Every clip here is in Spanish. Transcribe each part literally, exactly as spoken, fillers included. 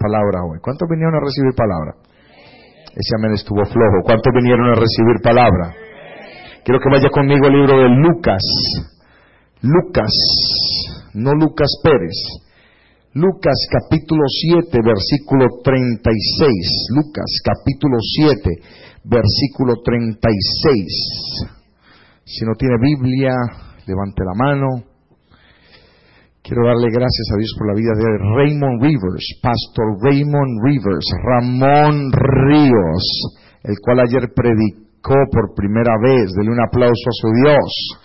palabra hoy? ¿Cuántos vinieron a recibir palabra? Ese amén estuvo flojo. ¿Cuántos vinieron a recibir palabra? Quiero que vaya conmigo al libro de Lucas. Lucas, no Lucas Pérez. Lucas capítulo siete, versículo treinta y seis. Lucas capítulo siete, versículo treinta y seis. Si no tiene Biblia, levante la mano. Quiero darle gracias a Dios por la vida de Raymond Rivers, Pastor Raymond Rivers, Ramón Ríos, el cual ayer predicó por primera vez. Dele un aplauso a su Dios.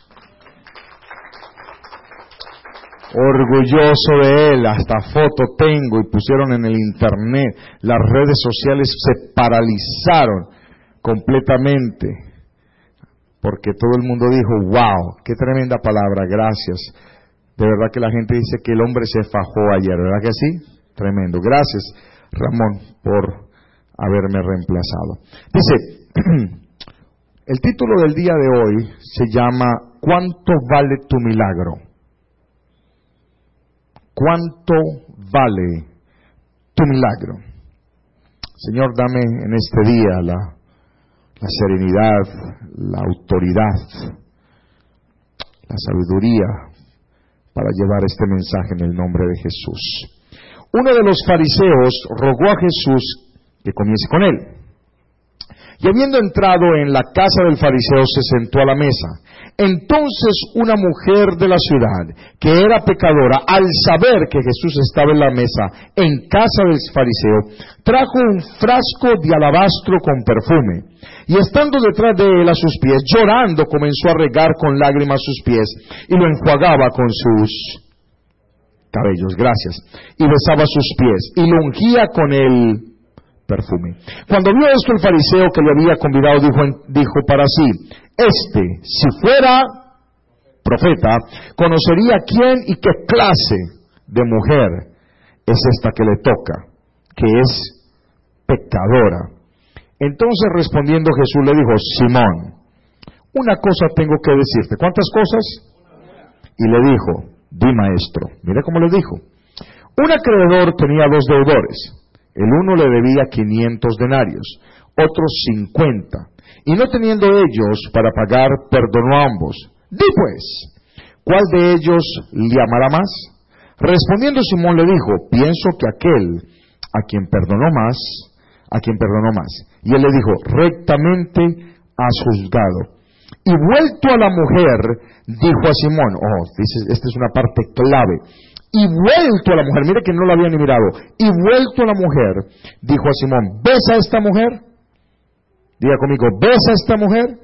Orgulloso de él, hasta foto tengo y pusieron en el internet. Las redes sociales se paralizaron completamente porque todo el mundo dijo, wow, qué tremenda palabra, gracias. De verdad que la gente dice que el hombre se fajó ayer, ¿verdad que sí? Tremendo. Gracias, Ramón, por haberme reemplazado. Dice, el título del día de hoy se llama ¿Cuánto vale tu milagro? ¿Cuánto vale tu milagro? Señor, dame en este día la, la serenidad, la autoridad, la sabiduría para llevar este mensaje en el nombre de Jesús. Uno de los fariseos rogó a Jesús que comiese con él. Y habiendo entrado en la casa del fariseo, se sentó a la mesa. Entonces una mujer de la ciudad, que era pecadora, al saber que Jesús estaba en la mesa, en casa del fariseo, trajo un frasco de alabastro con perfume. Y estando detrás de él a sus pies, llorando, comenzó a regar con lágrimas sus pies, y lo enjuagaba con sus cabellos, gracias, y besaba sus pies, y lo ungía con el perfume. Cuando vio esto el fariseo que le había convidado, dijo, dijo para sí, este, si fuera profeta, conocería quién y qué clase de mujer es esta que le toca, que es pecadora. Entonces respondiendo Jesús le dijo, Simón, una cosa tengo que decirte. ¿Cuántas cosas? Y le dijo, di maestro. Mira cómo le dijo. Un acreedor tenía dos deudores. El uno le debía quinientos denarios, otro cincuenta. Y no teniendo ellos para pagar, perdonó a ambos. Di pues, ¿cuál de ellos le amará más? Respondiendo Simón le dijo, pienso que aquel a quien perdonó más, a quien perdonó más. Y él le dijo, rectamente has juzgado. Y vuelto a la mujer, dijo a Simón, oh, dice, esta es una parte clave. Y vuelto a la mujer, mire que no la había ni mirado, y vuelto a la mujer, dijo a Simón, ¿ves a esta mujer? Diga conmigo, ¿ves a esta mujer?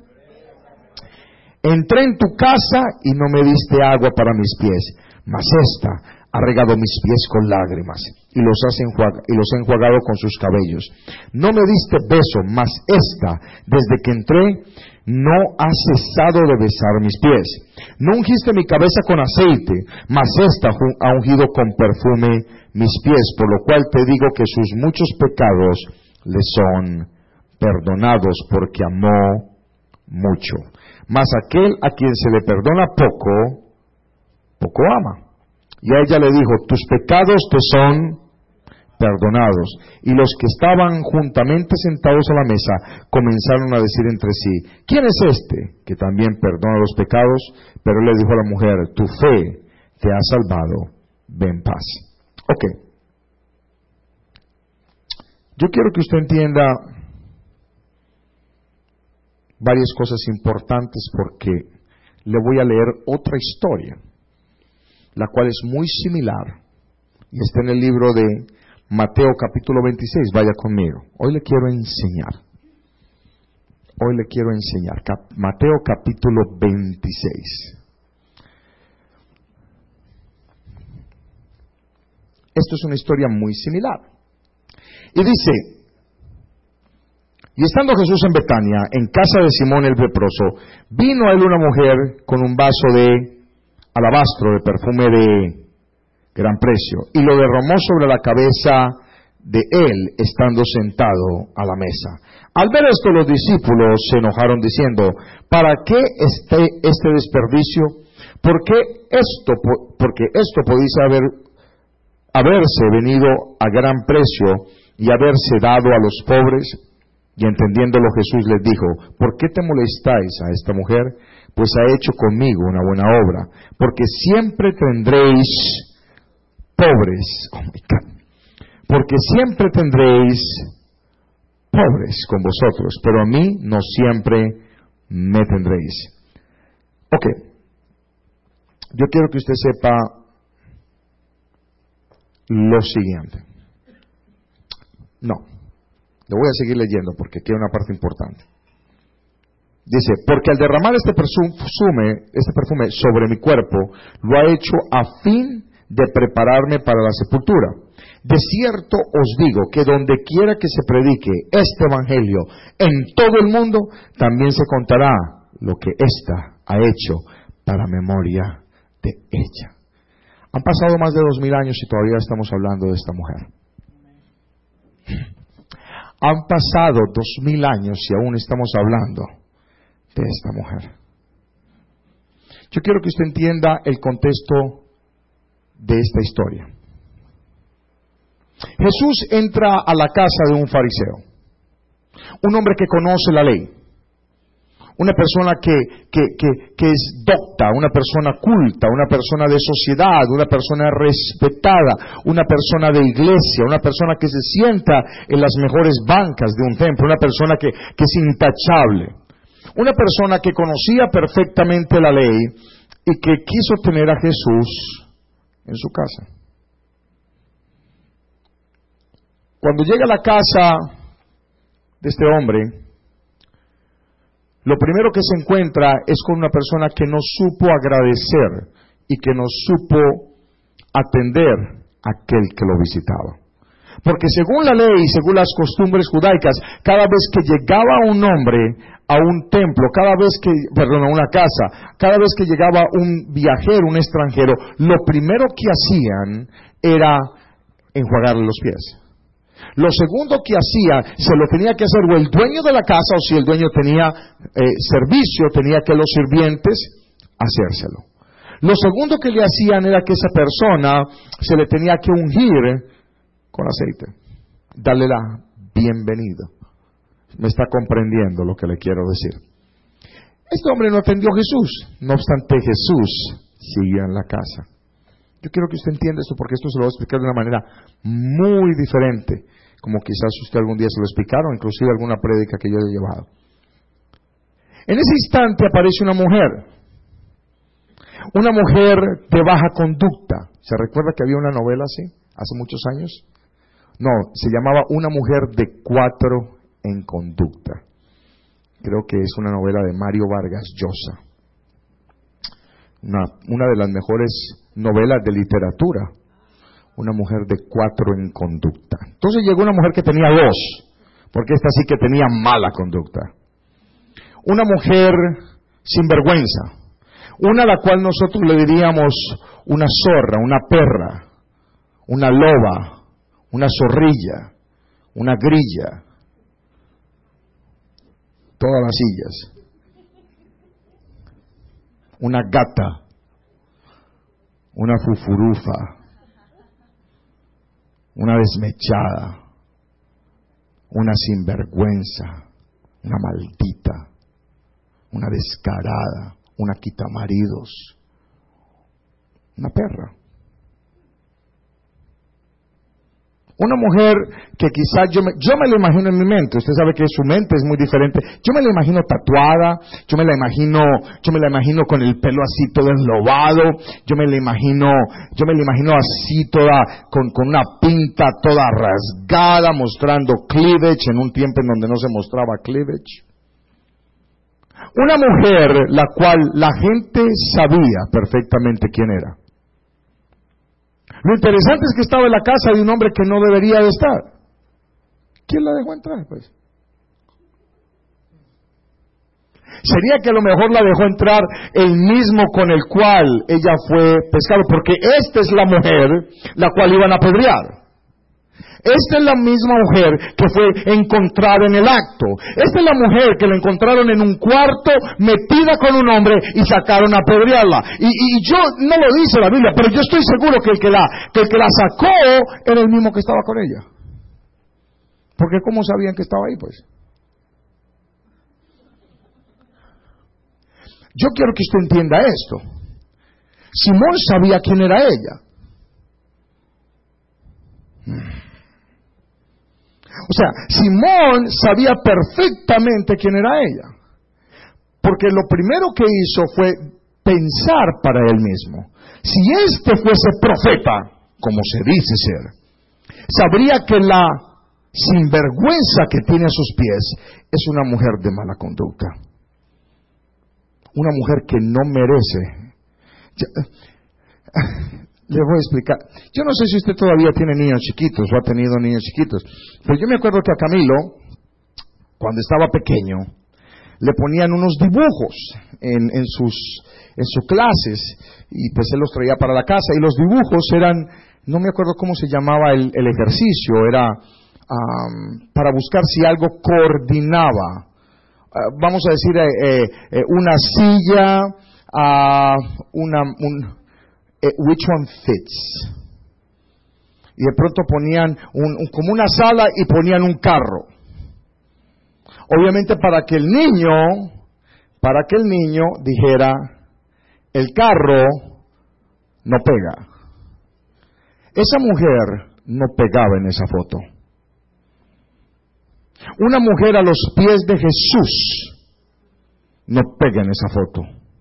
Entré en tu casa y no me diste agua para mis pies, mas esta ha regado mis pies con lágrimas y los, has enjuag- y los he enjuagado con sus cabellos. No me diste beso, mas esta, desde que entré, no ha cesado de besar mis pies. No ungiste mi cabeza con aceite, mas esta ha ungido con perfume mis pies, por lo cual te digo que sus muchos pecados le son perdonados, porque amó mucho. Mas aquel a quien se le perdona poco, poco ama. Y a ella le dijo, tus pecados te son perdonados. Y los que estaban juntamente sentados a la mesa comenzaron a decir entre sí, ¿quién es este que también perdona los pecados? Pero él le dijo a la mujer, tu fe te ha salvado, ve en paz. Ok. Yo quiero que usted entienda varias cosas importantes porque le voy a leer otra historia, la cual es muy similar y está en el libro de Mateo capítulo veintiséis. Vaya conmigo. Hoy le quiero enseñar. Hoy le quiero enseñar. Cap- Mateo capítulo veintiséis. Esto es una historia muy similar. Y dice, y estando Jesús en Betania, en casa de Simón el leproso, vino a él una mujer con un vaso de alabastro de perfume de gran precio, y lo derramó sobre la cabeza de él, estando sentado a la mesa. Al ver esto, los discípulos se enojaron diciendo, ¿para qué este, este desperdicio? ¿Por qué esto? Porque esto podéis haber, haberse venido a gran precio y haberse dado a los pobres. Y entendiéndolo Jesús les dijo: ¿por qué te molestáis a esta mujer? Pues ha hecho conmigo una buena obra. Porque siempre tendréis pobres, oh my God, porque siempre tendréis pobres con vosotros, pero a mí no siempre me tendréis. Ok, yo quiero que usted sepa lo siguiente. No, le voy a seguir leyendo porque aquí hay una parte importante. Dice: porque al derramar este perfume, este perfume sobre mi cuerpo, lo ha hecho a fin de prepararme para la sepultura. De cierto os digo que donde quiera que se predique este evangelio en todo el mundo, también se contará lo que ésta ha hecho para memoria de ella. Han pasado más de dos mil años y todavía estamos hablando de esta mujer. Han pasado dos mil años y aún estamos hablando de esta mujer. Yo quiero que usted entienda el contexto de esta historia. Jesús entra a la casa de un fariseo, un hombre que conoce la ley, una persona que, que, que, que es docta, una persona culta, una persona de sociedad, una persona respetada, una persona de iglesia, una persona que se sienta en las mejores bancas de un templo, una persona que, que es intachable, una persona que conocía perfectamente la ley y que quiso tener a Jesús en su casa. Cuando llega a la casa de este hombre, lo primero que se encuentra es con una persona que no supo agradecer y que no supo atender a aquel que lo visitaba. Porque según la ley y según las costumbres judaicas, cada vez que llegaba un hombre a un templo, cada vez que, perdón, a una casa, cada vez que llegaba un viajero, un extranjero, lo primero que hacían era enjuagarle los pies. Lo segundo que hacía, se lo tenía que hacer o el dueño de la casa, o si el dueño tenía eh, servicio, tenía que los sirvientes hacérselo. Lo segundo que le hacían era que esa persona se le tenía que ungir con aceite, darle la bienvenida. Me está comprendiendo lo que le quiero decir. Este hombre no atendió a Jesús, no obstante Jesús siguió en la casa. Yo quiero que usted entienda esto porque esto se lo voy a explicar de una manera muy diferente, como quizás usted algún día se lo explicaron, inclusive alguna prédica que yo he llevado. En ese instante aparece una mujer, una mujer de baja conducta. ¿Se recuerda que había una novela así, hace muchos años? No, se llamaba Una mujer de cuatro en conducta. Creo que es una novela de Mario Vargas Llosa. Una, una de las mejores novelas de literatura. Una mujer de cuatro en conducta. Entonces llegó una mujer que tenía dos, porque esta sí que tenía mala conducta. Una mujer sin vergüenza. Una a la cual nosotros le diríamos una zorra, una perra, una loba, una zorrilla, una grilla. Todas las sillas. Una gata, una fufurufa, una desmechada, una sinvergüenza, una maldita, una descarada, una quitamaridos, una perra. Una mujer que quizás yo me, yo me la imagino en mi mente. Usted sabe que su mente es muy diferente. Yo me la imagino tatuada, yo me la imagino, yo me la imagino con el pelo así todo enlobado, yo me la imagino, yo me la imagino así toda, con, con una pinta toda rasgada, mostrando cleavage en un tiempo en donde no se mostraba cleavage. Una mujer la cual la gente sabía perfectamente quién era. Lo interesante es que estaba en la casa de un hombre que no debería de estar. ¿Quién la dejó entrar, pues? Sería que a lo mejor la dejó entrar el mismo con el cual ella fue pescada, porque esta es la mujer la cual iban a apedrear. Esta es la misma mujer que fue encontrada en el acto. Esta es la mujer que la encontraron en un cuarto metida con un hombre y sacaron a apedrearla. Y, y yo, no lo dice la Biblia, pero yo estoy seguro que el que la, que el que la sacó era el mismo que estaba con ella. Porque ¿cómo sabían que estaba ahí, pues? Yo quiero que usted entienda esto. Simón sabía quién era ella. O sea, Simón sabía perfectamente quién era ella. Porque lo primero que hizo fue pensar para él mismo. Si este fuese profeta, como se dice ser, sabría que la sinvergüenza que tiene a sus pies es una mujer de mala conducta. Una mujer que no merece. Le voy a explicar. Yo no sé si usted todavía tiene niños chiquitos o ha tenido niños chiquitos, pero yo me acuerdo que a Camilo, cuando estaba pequeño, le ponían unos dibujos en, en sus en sus clases y pues él los traía para la casa y los dibujos eran, no me acuerdo cómo se llamaba el, el ejercicio, era um, para buscar si algo coordinaba. Uh, vamos a decir eh, eh, una silla, uh, una un, eh, which one fits. Y de pronto ponían un, un, como una sala y ponían un carro. Obviamente para que el niño, para que el niño dijera, el carro no pega. Esa mujer no pegaba en esa foto. Una mujer a los pies de Jesús no pega en esa foto.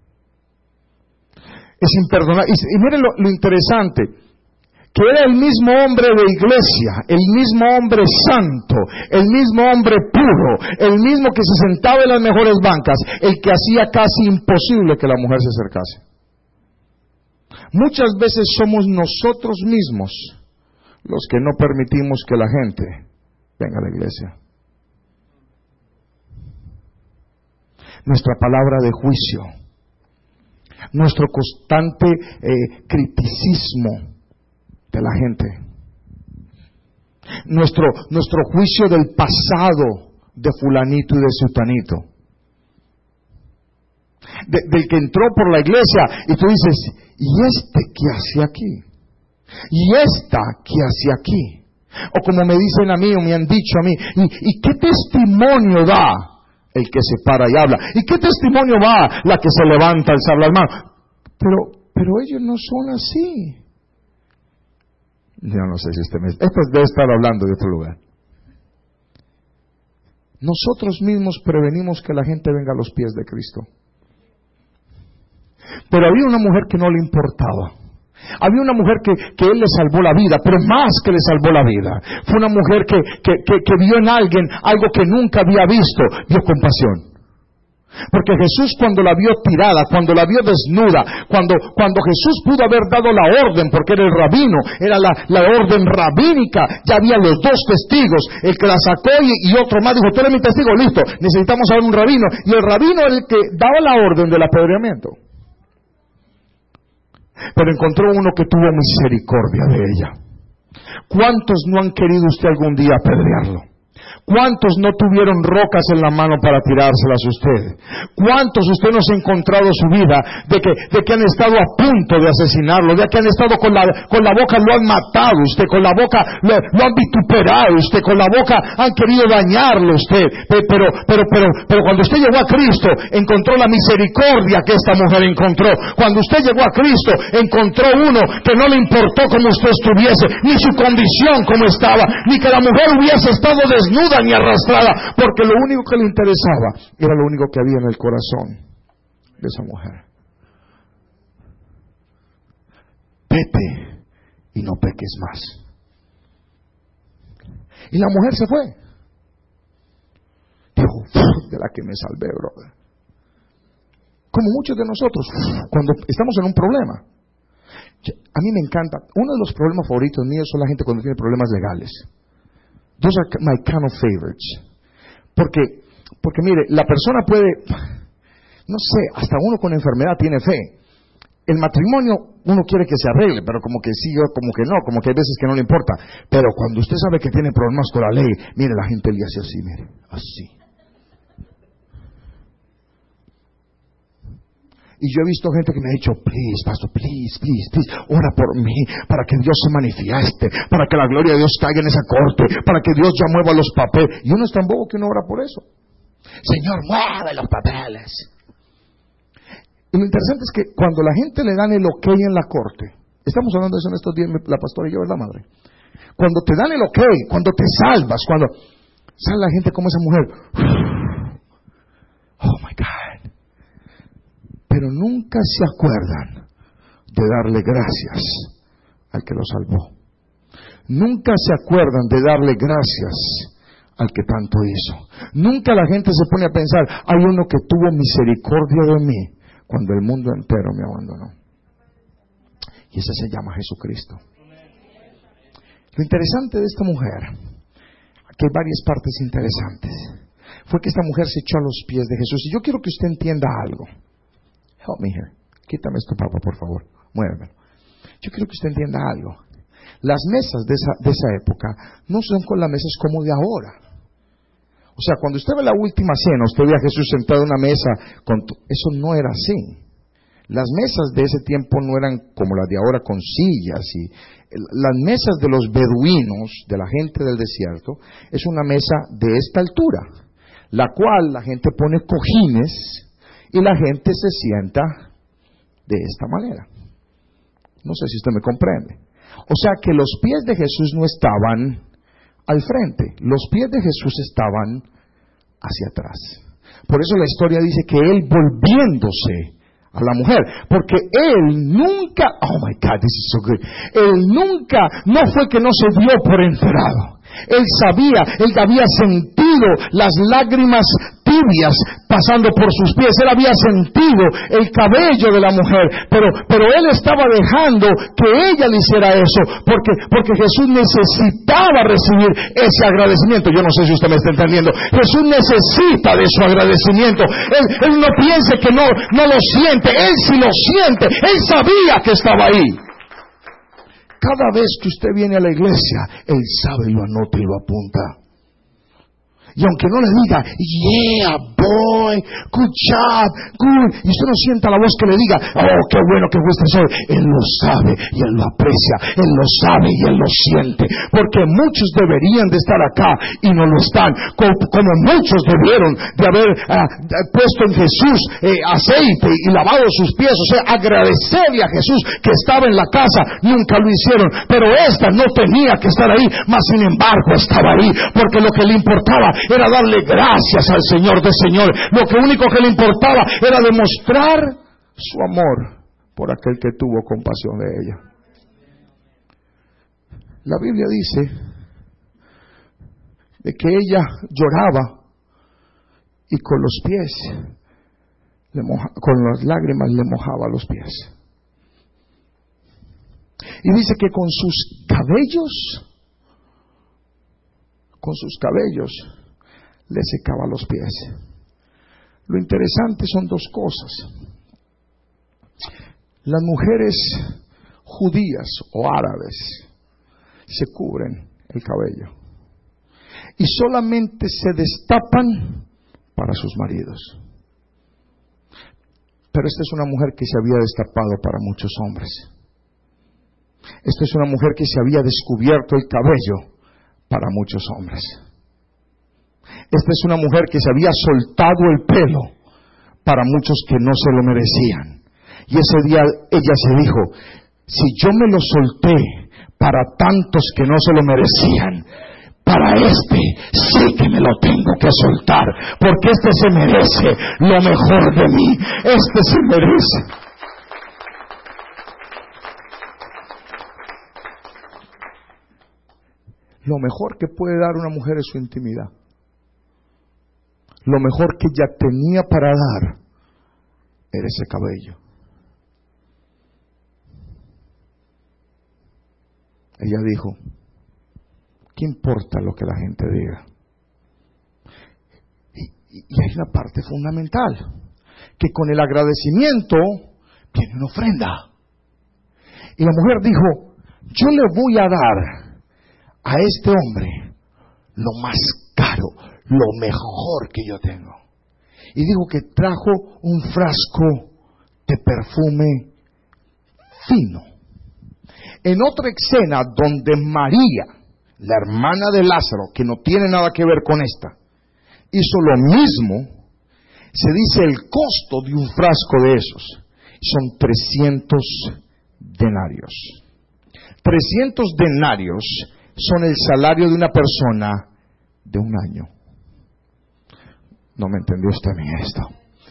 Es imperdonable. Y, y miren lo, lo interesante, que era el mismo hombre de iglesia, el mismo hombre santo, el mismo hombre puro, el mismo que se sentaba en las mejores bancas, el que hacía casi imposible que la mujer se acercase. Muchas veces somos nosotros mismos los que no permitimos que la gente venga a la iglesia. Nuestra palabra de juicio, nuestro constante eh, criticismo de la gente, nuestro, nuestro juicio del pasado de fulanito y de sutanito, de, del que entró por la iglesia y tú dices, ¿y este qué hace aquí? ¿Y esta qué hace aquí? O como me dicen a mí o me han dicho a mí, ¿y, y qué testimonio da el que se para y habla? ¿Y qué testimonio va la que se levanta y se habla al mano? Pero, pero ellos no son así. Yo no sé si usted me... Esto debe estar hablando de otro lugar. Nosotros mismos prevenimos que la gente venga a los pies de Cristo. Pero había una mujer que no le importaba. Había una mujer que, que Él le salvó la vida, pero más que le salvó la vida. Fue una mujer que, que, que, que vio en alguien algo que nunca había visto, vio compasión. Porque Jesús cuando la vio tirada, cuando la vio desnuda, cuando, cuando Jesús pudo haber dado la orden, porque era el rabino, era la, la orden rabínica, ya había los dos testigos, el que la sacó y, y otro más dijo, tú eres mi testigo, listo, necesitamos saber un rabino, y el rabino era el que daba la orden del apedreamiento. Pero encontró uno que tuvo misericordia de ella. ¿Cuántos no han querido usted algún día apedrearlo? ¿Cuántos no tuvieron rocas en la mano para tirárselas a usted? ¿Cuántos usted no se ha encontrado su vida de que, de que han estado a punto de asesinarlo, de que han estado con la, con la boca lo han matado usted, con la boca lo, lo han vituperado usted, con la boca han querido dañarlo usted, pero, pero, pero, pero cuando usted llegó a Cristo encontró la misericordia que esta mujer encontró. Cuando usted llegó a Cristo encontró uno que no le importó cómo usted estuviese, ni su condición como estaba, ni que la mujer hubiese estado desnuda ni arrastrada, porque lo único que le interesaba era lo único que había en el corazón de esa mujer. Vete y no peques más. Y la mujer se fue. Dijo, de la que me salvé, brother. Como muchos de nosotros, cuando estamos en un problema. A mí me encanta, uno de los problemas favoritos míos son la gente cuando tiene problemas legales. Those are my kind of favorites. Porque, porque mire, la persona puede, no sé, hasta uno con enfermedad tiene fe. El matrimonio uno quiere que se arregle, pero como que sí, como que no, como que hay veces que no le importa. Pero cuando usted sabe que tiene problemas con la ley, mire, la gente le hace así, mire, así. Y yo he visto gente que me ha dicho, please, pastor, please, please, please, ora por mí, para que Dios se manifieste, para que la gloria de Dios caiga en esa corte, para que Dios ya mueva los papeles. Y uno es tan bobo que uno ora por eso. Señor, mueve los papeles. Y lo interesante es que cuando la gente le dan el ok en la corte, estamos hablando de eso en estos días, la pastora y yo, ¿verdad, madre? Cuando te dan el ok, cuando te salvas, cuando sale la gente como esa mujer, oh my God. Pero nunca se acuerdan de darle gracias al que lo salvó. Nunca se acuerdan de darle gracias al que tanto hizo. Nunca la gente se pone a pensar, hay uno que tuvo misericordia de mí cuando el mundo entero me abandonó. Y ese se llama Jesucristo. Lo interesante de esta mujer, aquí hay varias partes interesantes, fue que esta mujer se echó a los pies de Jesús. Y yo quiero que usted entienda algo. Help me here. Quítame esto, papá, por favor. Muévemelo. Yo quiero que usted entienda algo. Las mesas de esa, de esa época no son con las mesas como de ahora. O sea, cuando usted ve la última cena, usted ve a Jesús sentado en una mesa. Con t- Eso no era así. Las mesas de ese tiempo no eran como las de ahora con sillas. Y las mesas de los beduinos, de la gente del desierto, es una mesa de esta altura, la cual la gente pone cojines y la gente se sienta de esta manera. No sé si usted me comprende. O sea que los pies de Jesús no estaban al frente. Los pies de Jesús estaban hacia atrás. Por eso la historia dice que él volviéndose a la mujer, porque él nunca, oh my God, this is so good. Él nunca, no fue que no se dio por enterado. Él sabía, él había sentido las lágrimas tibias pasando por sus pies. Él había sentido el cabello de la mujer, pero, pero él estaba dejando que ella le hiciera eso, porque, porque Jesús necesitaba recibir ese agradecimiento. Yo no sé si usted me está entendiendo. Jesús necesita de su agradecimiento. Él, él no piense que no, no lo siente. Él sí lo siente. Él sabía que estaba ahí. Cada vez que usted viene a la iglesia, él sabe y lo anota y lo apunta. Y aunque no le diga, yeah, boy, good job, good, y usted no sienta la voz que le diga, oh, qué bueno que fuiste hoy, él lo sabe y él lo aprecia, él lo sabe y él lo siente, porque muchos deberían de estar acá y no lo están, como, como muchos debieron de haber uh, puesto en Jesús eh, aceite y lavado sus pies, o sea, agradecerle a Jesús que estaba en la casa, nunca lo hicieron, pero esta no tenía que estar ahí, mas sin embargo estaba ahí, porque lo que le importaba era darle gracias al Señor de señores. Lo que único que le importaba era demostrar su amor por aquel que tuvo compasión de ella. La Biblia dice de que ella lloraba y con los pies, le moja, con las lágrimas le mojaba los pies. Y dice que con sus cabellos, con sus cabellos, le secaba los pies. Lo interesante son dos cosas. Las mujeres judías o árabes se cubren el cabello y solamente se destapan para sus maridos. Pero esta es una mujer que se había destapado para muchos hombres. Esta es una mujer que se había descubierto el cabello para muchos hombres. Esta es una mujer que se había soltado el pelo para muchos que no se lo merecían. Y ese día ella se dijo, si yo me lo solté para tantos que no se lo merecían, para este sí que me lo tengo que soltar, porque este se merece lo mejor de mí. Este se merece. Lo mejor que puede dar una mujer es su intimidad. Lo mejor que ella tenía para dar era ese cabello. Ella dijo, ¿qué importa lo que la gente diga? Y, y, y hay una parte fundamental, que con el agradecimiento tiene una ofrenda. Y la mujer dijo, yo le voy a dar a este hombre lo más caro, lo mejor que yo tengo. Y dijo que trajo un frasco de perfume fino. En otra escena donde María, la hermana de Lázaro, que no tiene nada que ver con esta, hizo lo mismo, se dice el costo de un frasco de esos son trescientos denarios. trescientos denarios son el salario de una persona de un año. No me entendió usted a mí esto.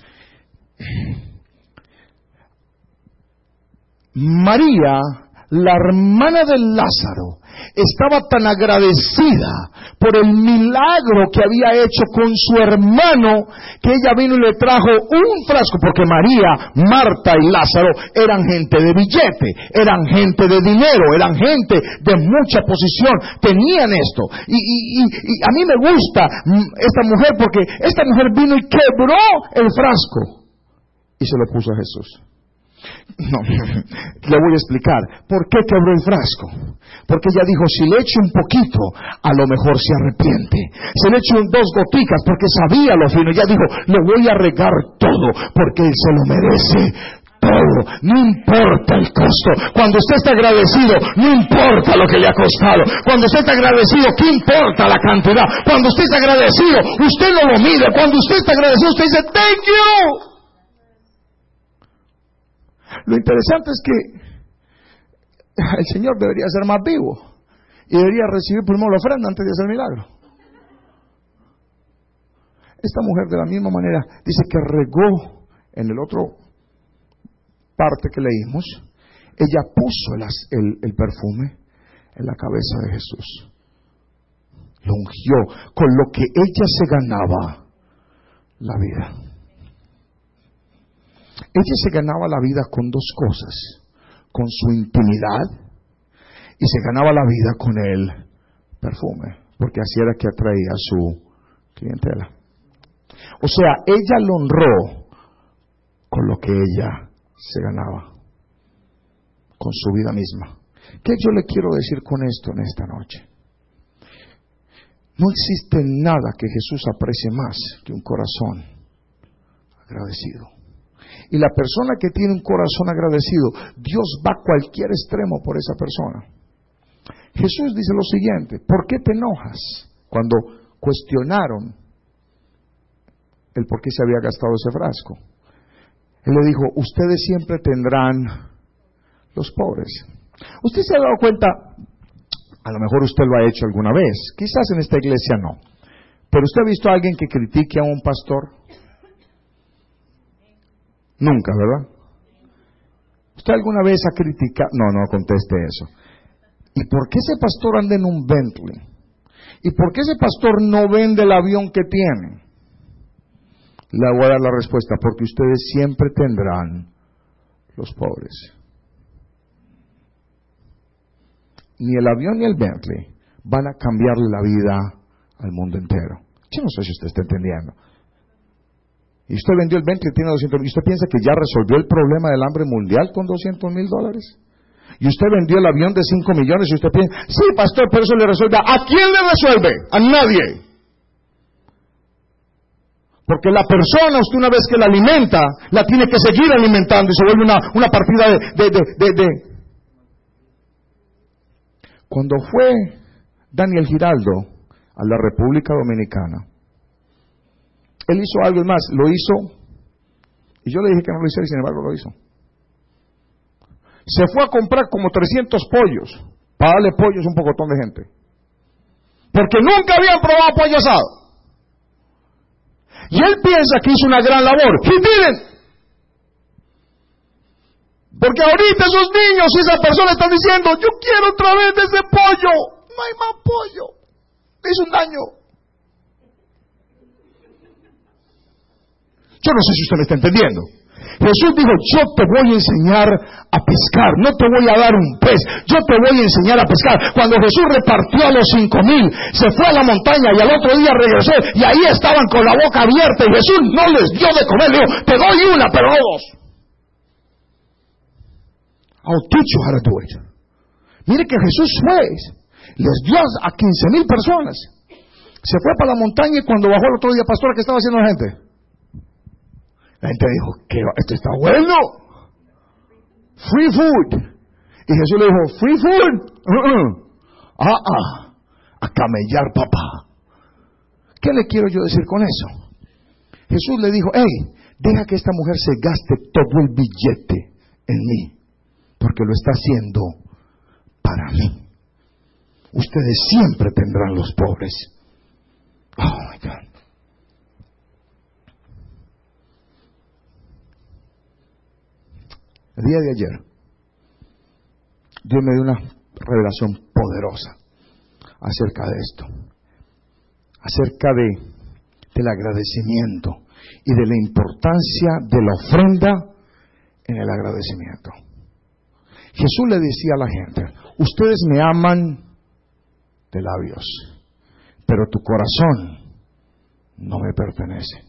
María, la hermana de Lázaro, estaba tan agradecida por el milagro que había hecho con su hermano que ella vino y le trajo un frasco, porque María, Marta y Lázaro eran gente de billete, eran gente de dinero, eran gente de mucha posición, tenían esto. Y, y, y, y a mí me gusta esta mujer porque esta mujer vino y quebró el frasco y se lo puso a Jesús. No, le voy a explicar por qué quebró el frasco. Porque ella dijo, si le echo un poquito, a lo mejor se arrepiente. Si le echo dos goticas, porque sabía lo fino. Ella dijo, le voy a regar todo, porque él se lo merece todo. No importa el costo. Cuando usted está agradecido, no importa lo que le ha costado. Cuando usted está agradecido, ¿qué importa la cantidad? Cuando usted está agradecido, usted no lo mide. Cuando usted está agradecido, usted dice, thank you. Lo interesante es que el Señor debería ser más vivo y debería recibir primero la ofrenda antes de hacer el milagro. Esta mujer de la misma manera dice que regó en el otro parte que leímos, ella puso el, el, el perfume en la cabeza de Jesús, lo ungió con lo que ella se ganaba la vida. Ella se ganaba la vida con dos cosas, con su intimidad y se ganaba la vida con el perfume, porque así era que atraía a su clientela. O sea, ella lo honró con lo que ella se ganaba, con su vida misma. ¿Qué yo le quiero decir con esto en esta noche? No existe nada que Jesús aprecie más que un corazón agradecido. Y la persona que tiene un corazón agradecido, Dios va a cualquier extremo por esa persona. Jesús dice lo siguiente, ¿por qué te enojas? Cuando cuestionaron el por qué se había gastado ese frasco, Él le dijo, ustedes siempre tendrán los pobres. Usted se ha dado cuenta, a lo mejor usted lo ha hecho alguna vez, quizás en esta iglesia no, pero usted ha visto a alguien que critique a un pastor. Nunca, ¿verdad? ¿Usted alguna vez ha criticado? No, no conteste eso. ¿Y por qué ese pastor anda en un Bentley? ¿Y por qué ese pastor no vende el avión que tiene? Le voy a dar la respuesta, porque ustedes siempre tendrán los pobres. Ni el avión ni el Bentley van a cambiarle la vida al mundo entero. Yo no sé si usted está entendiendo. Y usted vendió el Bentley, tiene doscientos mil. ¿Y usted piensa que ya resolvió el problema del hambre mundial con doscientos mil dólares? Y usted vendió el avión de cinco millones y usted piensa, sí, pastor, pero eso le resuelve. ¿A quién le resuelve? A nadie. Porque la persona, usted una vez que la alimenta, la tiene que seguir alimentando y se vuelve una, una partida de, de, de, de, de. Cuando fue Daniel Giraldo a la República Dominicana, él hizo algo más, lo hizo, y yo le dije que no lo hiciera y sin embargo lo hizo. Se fue a comprar como trescientos pollos, para darle pollos a un pocotón de gente. Porque nunca habían probado pollo asado. Y él piensa que hizo una gran labor. He didn't. Porque ahorita esos niños y esa persona están diciendo, yo quiero otra vez de ese pollo. No hay más pollo. Le hizo un daño. Yo no sé si usted me está entendiendo. Jesús dijo, yo te voy a enseñar a pescar, no te voy a dar un pez, yo te voy a enseñar a pescar. Cuando Jesús repartió a los cinco mil, se fue a la montaña y al otro día regresó y ahí estaban con la boca abierta y Jesús no les dio de comer. Le dijo, te doy una, pero no dos. I'll teach you how to do it. Mire que Jesús fue, les dio a quince mil personas. Se fue para la montaña y cuando bajó el otro día, pastor, ¿qué estaba haciendo la gente? La gente dijo, ¿qué va? Esto está bueno. Free food. Y Jesús le dijo, free food. Uh-uh. Ah, ah. A camellar, papá. ¿Qué le quiero yo decir con eso? Jesús le dijo, hey, deja que esta mujer se gaste todo el billete en mí, porque lo está haciendo para mí. Ustedes siempre tendrán los pobres. Oh my God. El día de ayer, Dios me dio una revelación poderosa acerca de esto, acerca de del agradecimiento y de la importancia de la ofrenda en el agradecimiento. Jesús le decía a la gente, ustedes me aman de labios, pero tu corazón no me pertenece.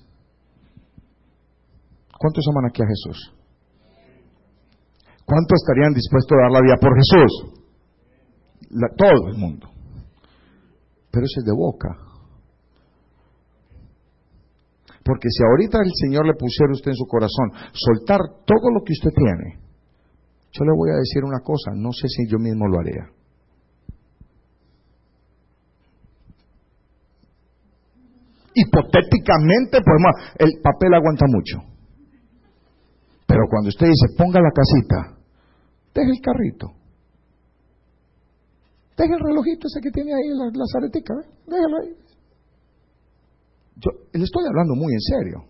¿Cuántos aman aquí a Jesús? ¿Cuántos estarían dispuestos a dar la vida por Jesús? La, todo el mundo. Pero eso es de boca. Porque si ahorita el Señor le pusiera a usted en su corazón soltar todo lo que usted tiene, yo le voy a decir una cosa, no sé si yo mismo lo haría. Hipotéticamente, pues el papel aguanta mucho. Pero cuando usted dice, ponga la casita, deje el carrito, deje el relojito ese que tiene ahí, las, las areticas, ¿eh? Déjelo ahí. Yo le estoy hablando muy en serio.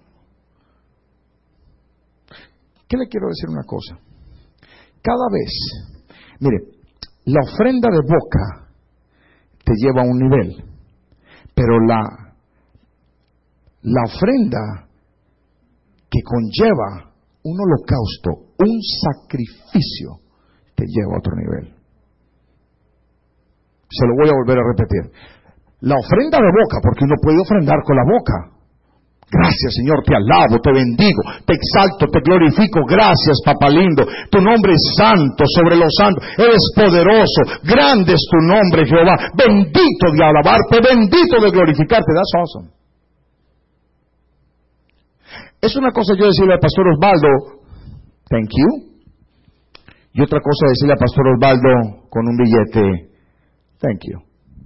¿Qué le quiero decir una cosa? Cada vez, mire, la ofrenda de boca te lleva a un nivel, pero la, la ofrenda que conlleva un holocausto, un sacrificio, te lleva a otro nivel. Se lo voy a volver a repetir. La ofrenda de boca, porque uno puede ofrendar con la boca. Gracias, Señor, te alabo, te bendigo, te exalto, te glorifico. Gracias, papá lindo. Tu nombre es santo sobre los santos. Eres poderoso. Grande es tu nombre, Jehová. Bendito de alabarte, bendito de glorificarte. That's awesome. Es una cosa yo decirle al pastor Osvaldo, thank you. Y otra cosa decirle al pastor Osvaldo con un billete, thank you.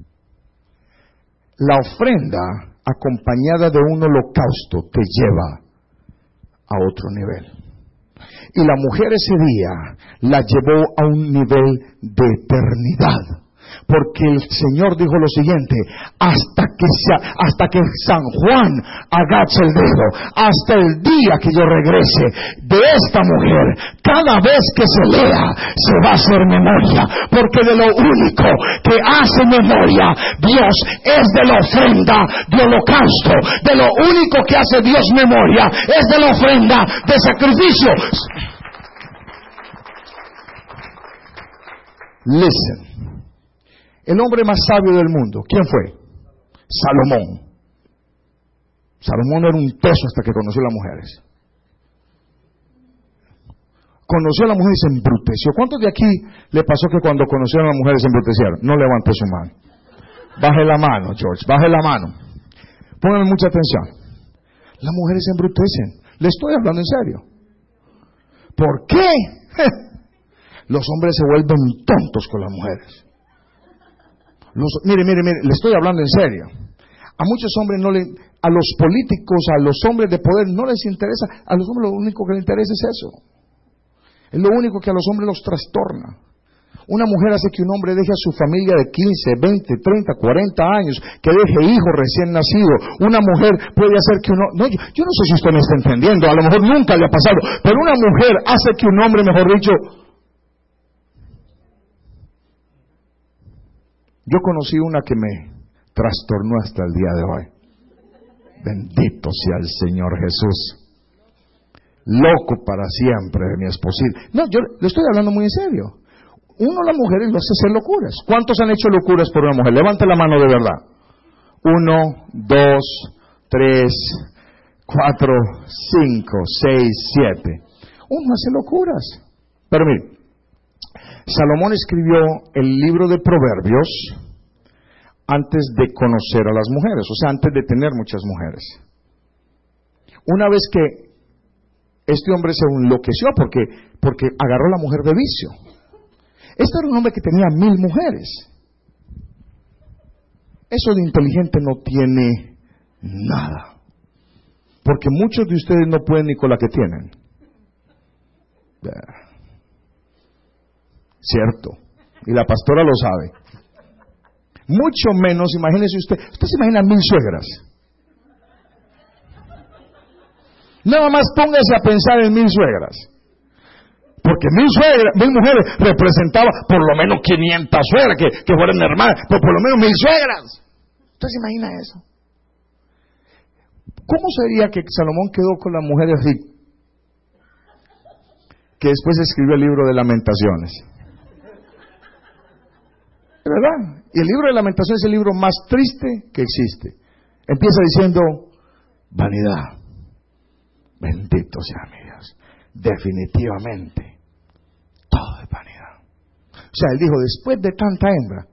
La ofrenda acompañada de un holocausto te lleva a otro nivel. Y la mujer ese día la llevó a un nivel de eternidad. Porque el Señor dijo lo siguiente, hasta que sea, hasta que San Juan agache el dedo, hasta el día que yo regrese de esta mujer, cada vez que se lea, se va a hacer memoria, porque de lo único que hace memoria Dios es de la ofrenda de holocausto, de lo único que hace Dios memoria es de la ofrenda de sacrificio. Listen. El hombre más sabio del mundo, ¿quién fue? Salomón. Salomón era un peso hasta que conoció a las mujeres. Conoció a las mujeres y se embruteció. ¿Cuántos de aquí le pasó que cuando conocieron a las mujeres se embrutecieron? No levante su mano. Baje la mano, George, baje la mano. Pónganme mucha atención. Las mujeres se embrutecen. Le estoy hablando en serio. ¿Por qué? Los hombres se vuelven tontos con las mujeres. Los, mire, mire, mire, le estoy hablando en serio. A muchos hombres no le, a los políticos, a los hombres de poder no les interesa, a los hombres lo único que les interesa es eso. Es lo único que a los hombres los trastorna. Una mujer hace que un hombre deje a su familia de quince, veinte, treinta, cuarenta años, que deje hijos recién nacidos. Una mujer puede hacer que uno, no, yo, yo no sé si usted me está entendiendo, a lo mejor nunca le ha pasado, pero una mujer hace que un hombre, mejor dicho, yo conocí una que me trastornó hasta el día de hoy. Bendito sea el Señor Jesús. Loco para siempre de mi esposa. No, yo le estoy hablando muy en serio. Uno, las mujeres, lo hace hacer locuras. ¿Cuántos han hecho locuras por una mujer? Levante la mano de verdad. Uno, dos, tres, cuatro, cinco, seis, siete. Uno hace locuras. Pero mire, Salomón escribió el libro de Proverbios antes de conocer a las mujeres, o sea, antes de tener muchas mujeres. Una vez que este hombre se enloqueció porque, porque agarró a la mujer de vicio. Este era un hombre que tenía mil mujeres. Eso de inteligente no tiene nada. Porque muchos de ustedes no pueden ni con la que tienen. Cierto. Y la pastora lo sabe. Mucho menos, imagínese usted. Usted se imagina mil suegras. Nada más póngase a pensar en mil suegras. Porque mil suegras, mil mujeres representaba por lo menos quinientas suegras que, que fueran hermanas, pero por lo menos mil suegras. ¿Usted se imagina eso? ¿Cómo sería que Salomón quedó con las mujeres así? Que después escribió el libro de Lamentaciones. ¿De verdad? Y el libro de Lamentaciones es el libro más triste que existe. Empieza diciendo, vanidad. Bendito sea mi Dios. Definitivamente, todo es vanidad. O sea, él dijo, después de tanta hembra.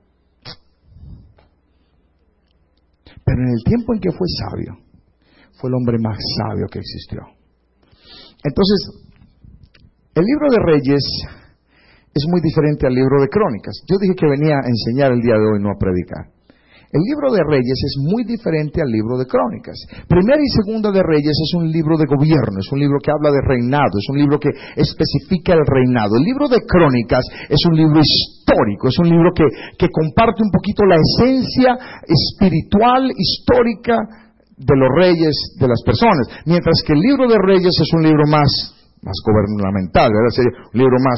Pero en el tiempo en que fue sabio, fue el hombre más sabio que existió. Entonces, el libro de Reyes es muy diferente al libro de Crónicas. Yo dije que venía a enseñar el día de hoy, no a predicar. El libro de Reyes es muy diferente al libro de Crónicas. Primera y Segunda de Reyes es un libro de gobierno, es un libro que habla de reinado, es un libro que especifica el reinado. El libro de Crónicas es un libro histórico, es un libro que, que comparte un poquito la esencia espiritual, histórica de los reyes, de las personas. Mientras que el libro de Reyes es un libro más, más gubernamental, ¿verdad? Sería un libro más...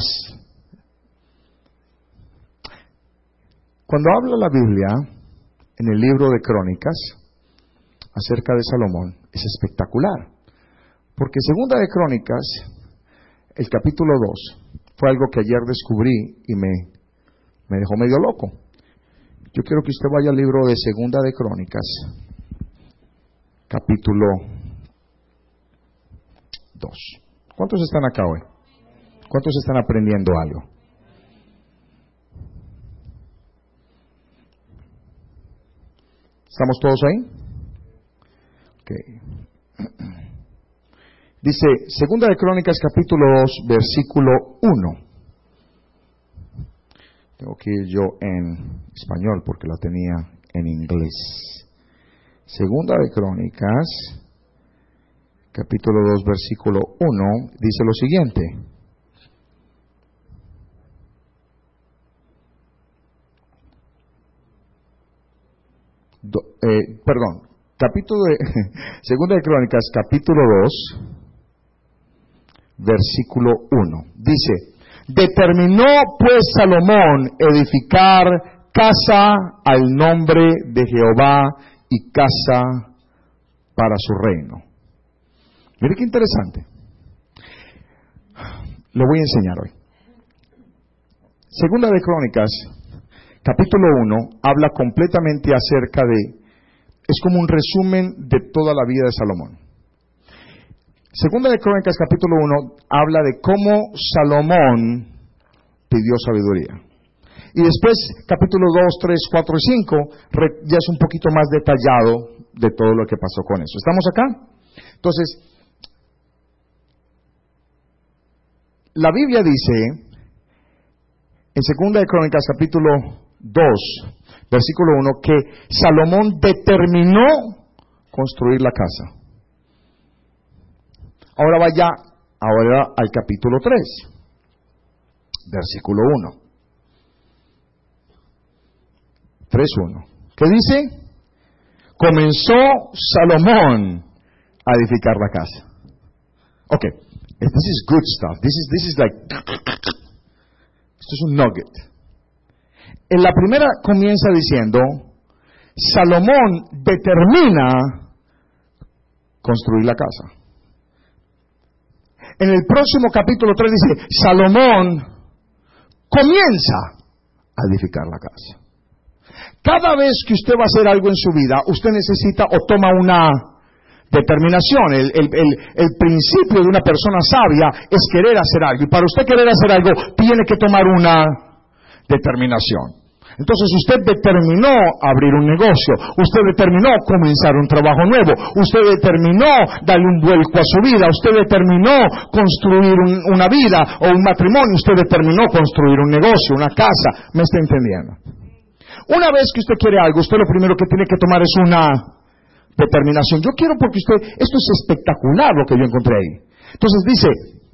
Cuando habla la Biblia en el libro de Crónicas acerca de Salomón, es espectacular. Porque Segunda de Crónicas, el capítulo dos, fue algo que ayer descubrí y me, me dejó medio loco. Yo quiero que usted vaya al libro de Segunda de Crónicas, capítulo dos. ¿Cuántos están acá hoy? ¿Cuántos están aprendiendo algo? ¿Estamos todos ahí? Okay. Dice, Segunda de Crónicas, capítulo dos, versículo uno. Tengo que ir yo en español porque la tenía en inglés. Segunda de Crónicas, capítulo dos, versículo uno, dice lo siguiente. Do, eh, perdón, capítulo de, Segunda de Crónicas, capítulo dos, versículo uno. Dice, determinó pues Salomón edificar casa al nombre de Jehová y casa para su reino. Mire qué interesante. Lo voy a enseñar hoy. Segunda de Crónicas, capítulo uno, habla completamente acerca de, es como un resumen de toda la vida de Salomón. Segunda de Crónicas, capítulo uno, habla de cómo Salomón pidió sabiduría. Y después, capítulo dos, tres, cuatro y cinco, ya es un poquito más detallado de todo lo que pasó con eso. ¿Estamos acá? Entonces, la Biblia dice, en Segunda de Crónicas, capítulo dos, versículo uno, que Salomón determinó construir la casa. Ahora vaya ahora al capítulo tres, versículo uno. tres uno. ¿Qué dice? Comenzó Salomón a edificar la casa. Ok, this is good stuff. This is, this is like, esto es un nugget. En la primera comienza diciendo, Salomón determina construir la casa. En el próximo capítulo tres dice, Salomón comienza a edificar la casa. Cada vez que usted va a hacer algo en su vida, usted necesita o toma una determinación. El, el, el, el principio de una persona sabia es querer hacer algo. Y para usted querer hacer algo, tiene que tomar una Determinación. Entonces usted determinó abrir un negocio, usted determinó comenzar un trabajo nuevo, usted determinó darle un vuelco a su vida, usted determinó construir un, una vida o un matrimonio, usted determinó construir un negocio, una casa. ¿Me está entendiendo? Una vez que usted quiere algo, usted lo primero que tiene que tomar es una determinación. Yo quiero porque usted, esto es espectacular lo que yo encontré ahí. Entonces dice,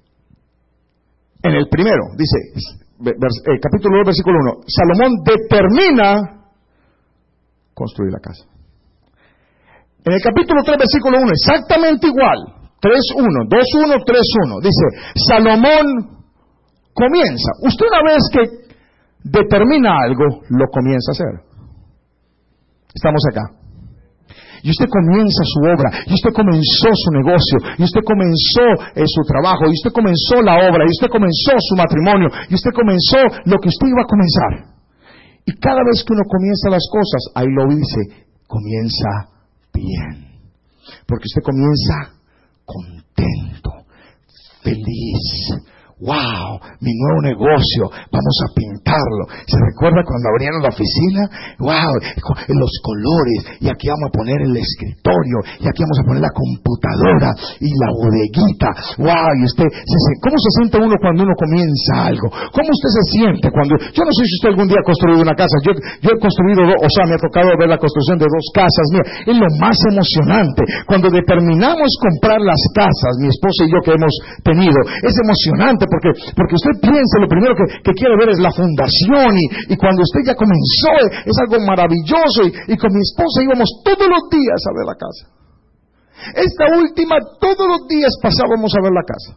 en el primero, dice... Vers, eh, capítulo dos, versículo uno. Salomón determina construir la casa. En el capítulo tres, versículo uno, exactamente igual. tres uno, dos uno, tres uno. Dice, Salomón comienza. Usted una vez que determina algo, lo comienza a hacer. Estamos acá. Y usted comienza su obra, y usted comenzó su negocio, y usted comenzó eh, su trabajo, y usted comenzó la obra, y usted comenzó su matrimonio, y usted comenzó lo que usted iba a comenzar. Y cada vez que uno comienza las cosas, ahí lo dice, comienza bien. Porque usted comienza contento, feliz. ¡Wow! Mi nuevo negocio, vamos a pintarlo. ¿Se recuerda cuando abrieron la oficina? ¡Wow! Los colores, y aquí vamos a poner el escritorio, y aquí vamos a poner la computadora y la bodeguita. ¡Wow! Y usted, ¿cómo se siente uno cuando uno comienza algo? ¿Cómo usted se siente cuando... Yo no sé si usted algún día ha construido una casa. Yo, yo he construido, o sea, me ha tocado ver la construcción de dos casas. Mira, es lo más emocionante. Cuando determinamos comprar las casas, mi esposa y yo que hemos tenido, es emocionante. Porque, porque usted piensa, lo primero que, que quiere ver es la fundación, y, y cuando usted ya comenzó es algo maravilloso, y, y con mi esposa íbamos todos los días a ver la casa. Esta última, todos los días pasábamos a ver la casa.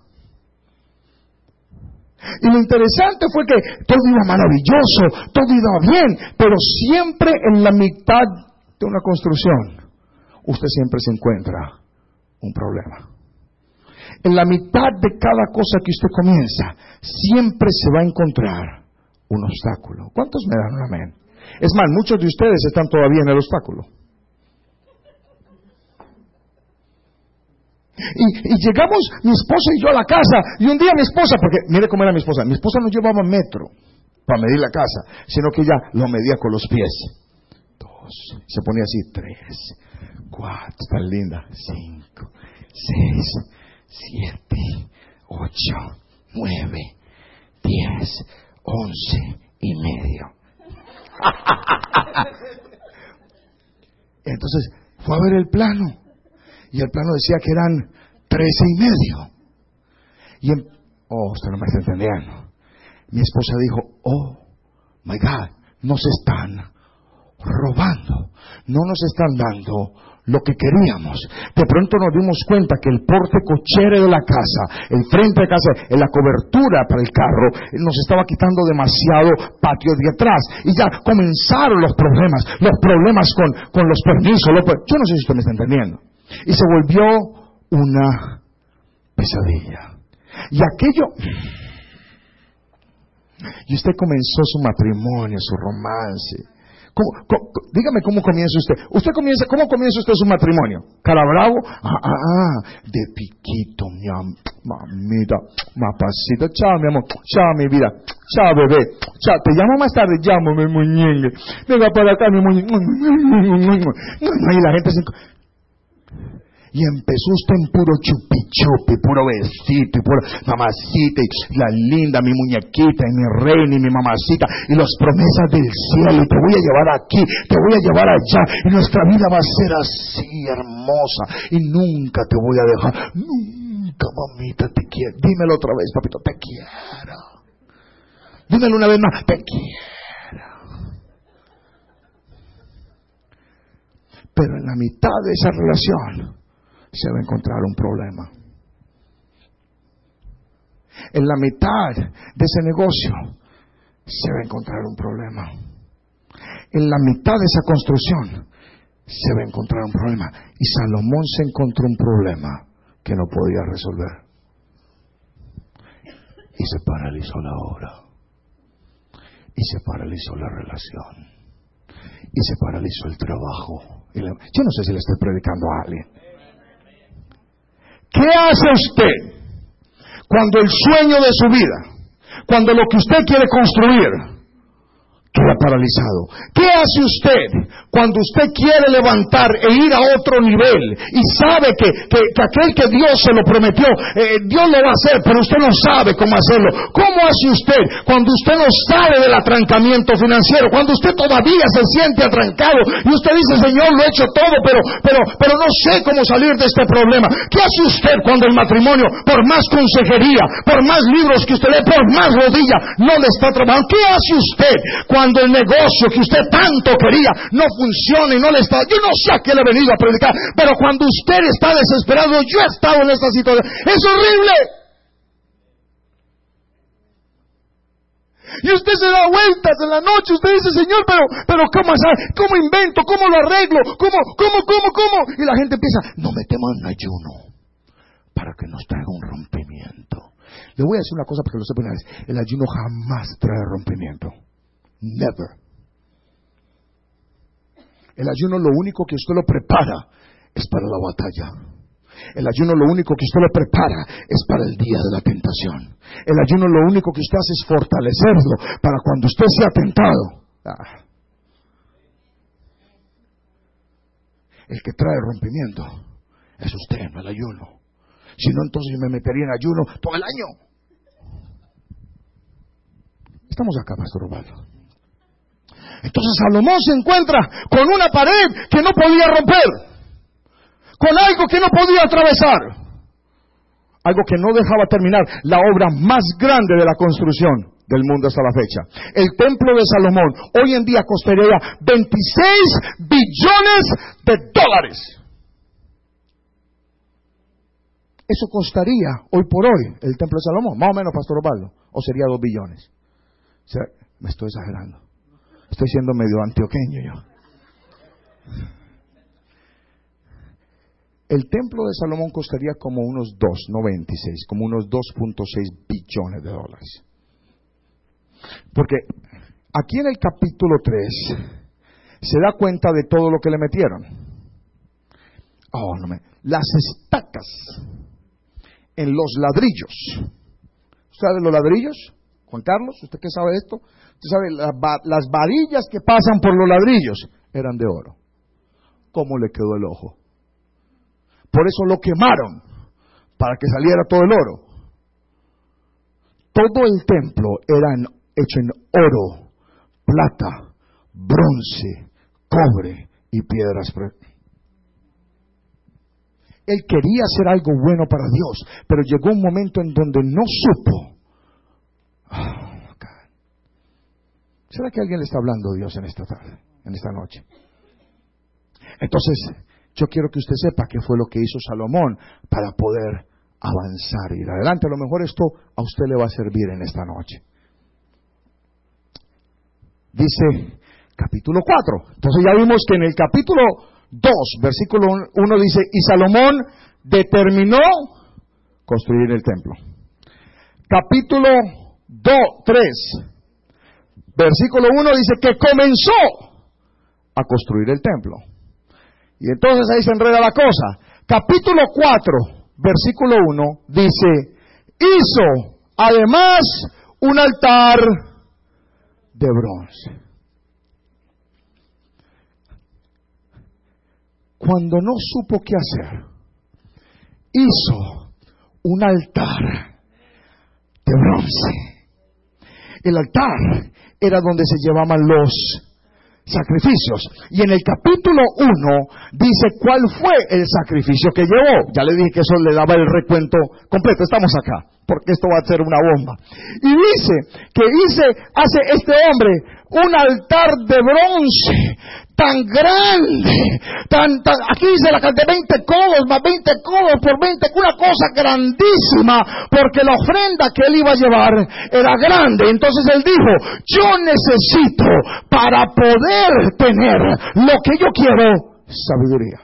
Y lo interesante fue que todo iba maravilloso, todo iba bien, pero siempre en la mitad de una construcción, usted siempre se encuentra un problema. En la mitad de cada cosa que usted comienza, siempre se va a encontrar un obstáculo. ¿Cuántos me dan un amén? Es más, muchos de ustedes están todavía en el obstáculo. Y, y llegamos, mi esposa y yo, a la casa, y un día mi esposa, porque mire cómo era mi esposa, mi esposa no llevaba metro para medir la casa, sino que ella lo medía con los pies. Dos, se ponía así, tres, cuatro, tan linda, cinco, seis, siete, ocho, nueve, diez, once y medio. Entonces fue a ver el plano, y el plano decía que eran trece y medio. Y en, oh, usted no me está entendiendo. Mi esposa dijo, oh my God, nos están robando, no nos están dando lo que queríamos. De pronto nos dimos cuenta que el porte cochero de la casa, el frente de casa, la cobertura para el carro, nos estaba quitando demasiado patio de atrás. Y ya comenzaron los problemas, los problemas con, con los permisos. Los, yo no sé si usted me está entendiendo. Y se volvió una pesadilla. Y aquello... Y usted comenzó su matrimonio, su romance. ¿Cómo, cómo, dígame cómo comienza usted. Usted comienza, ¿cómo comienza usted su matrimonio? ¿Cara bravo? Ah, ah, ah, de piquito, mi am, mamita, mapacita. Chao, mi amor. Chao, mi vida. Chao, bebé. Chao, te llamo más tarde. Llámame, muñeque. Venga para acá, mi muñeque. Y la gente se... Y empezó usted en puro chupi chupi, puro besito, y puro mamacita, y la linda, mi muñequita, y mi reina, y mi mamacita, y las promesas del cielo, y te voy a llevar aquí, te voy a llevar allá, y nuestra vida va a ser así, hermosa, y nunca te voy a dejar, nunca, mamita, te quiero. Dímelo otra vez, papito, te quiero. Dímelo una vez más, te quiero. Pero en la mitad de esa relación se va a encontrar un problema. En la mitad de ese negocio se va a encontrar un problema. En la mitad de esa construcción se va a encontrar un problema. Y Salomón se encontró un problema que no podía resolver. Y se paralizó la obra. Y se paralizó la relación. Y se paralizó el trabajo. Y la... Yo no sé si le estoy predicando a alguien. ¿Qué hace usted cuando el sueño de su vida, cuando lo que usted quiere construir, queda paralizado. ¿Qué hace usted cuando usted quiere levantar e ir a otro nivel y sabe que, que, que aquel que Dios se lo prometió, eh, Dios lo va a hacer, pero usted no sabe cómo hacerlo? ¿Cómo hace usted cuando usted no sale del atrancamiento financiero? Cuando usted todavía se siente atrancado y usted dice, Señor, lo he hecho todo, pero, pero, pero no sé cómo salir de este problema. ¿Qué hace usted cuando el matrimonio, por más consejería, por más libros que usted lee, por más rodilla, no le está trabajando? ¿Qué hace usted cuando el negocio que usted tanto quería no funciona y no le está? Yo no sé a qué le he venido a predicar, pero cuando usted está desesperado, yo he estado en esta situación, es horrible. Y usted se da vueltas en la noche, usted dice, Señor, pero, pero ¿cómo hacer? ¿Cómo invento? ¿Cómo lo arreglo? ¿Cómo, cómo, cómo, cómo? Y la gente empieza, no metemos en ayuno para que nos traiga un rompimiento. Le voy a decir una cosa para que lo sepan, el ayuno jamás trae rompimiento. Never. El ayuno lo único que usted lo prepara es para la batalla. El ayuno lo único que usted lo prepara es para el día de la tentación. El ayuno lo único que usted hace es fortalecerlo para cuando usted sea tentado. Ah. El que trae rompimiento es usted, no el ayuno. Si no, entonces yo me metería en ayuno todo el año. Estamos acá, Pastor Osvaldo. Entonces Salomón se encuentra con una pared que no podía romper, con algo que no podía atravesar, algo que no dejaba terminar la obra más grande de la construcción del mundo hasta la fecha. El templo de Salomón hoy en día costaría veintiséis billones de dólares. Eso costaría hoy por hoy el templo de Salomón, más o menos, Pastor Osvaldo, o sería dos billones. O sea, me estoy exagerando. Estoy siendo medio antioqueño yo. El templo de Salomón costaría como unos dos, no veintiséis, como unos dos punto seis billones de dólares. Porque aquí en el capítulo tres se da cuenta de todo lo que le metieron. Oh, no me... Las estacas en los ladrillos. ¿Usted sabe los ladrillos? Juan Carlos, ¿usted qué sabe de esto? Usted sabe, las, las varillas que pasan por los ladrillos eran de oro. ¿Cómo le quedó el ojo? Por eso lo quemaron, para que saliera todo el oro. Todo el templo era en, hecho en oro, plata, bronce, cobre y piedras. Él quería hacer algo bueno para Dios, pero llegó un momento en donde no supo. Oh, God. ¿Será que alguien le está hablando a Dios en esta tarde, en esta noche? Entonces, yo quiero que usted sepa qué fue lo que hizo Salomón para poder avanzar y ir adelante. A lo mejor esto a usted le va a servir en esta noche. Dice capítulo cuatro. Entonces ya vimos que en el capítulo dos, versículo uno dice, y Salomón determinó construir el templo. Capítulo tres, versículo uno dice que comenzó a construir el templo. Y entonces ahí se enreda la cosa. Capítulo cuatro, versículo uno dice, hizo además un altar de bronce. Cuando no supo qué hacer, hizo un altar de bronce. El altar era donde se llevaban los sacrificios. Y en el capítulo uno dice cuál fue el sacrificio que llevó. Ya le dije que eso le daba el recuento completo. Estamos acá, porque esto va a ser una bomba. Y dice que hice, hace este hombre un altar de bronce tan grande, tan, tan, aquí dice la cantidad de veinte codos, más veinte codos por veinte, una cosa grandísima, porque la ofrenda que él iba a llevar era grande. Entonces él dijo, yo necesito, para poder tener lo que yo quiero, sabiduría.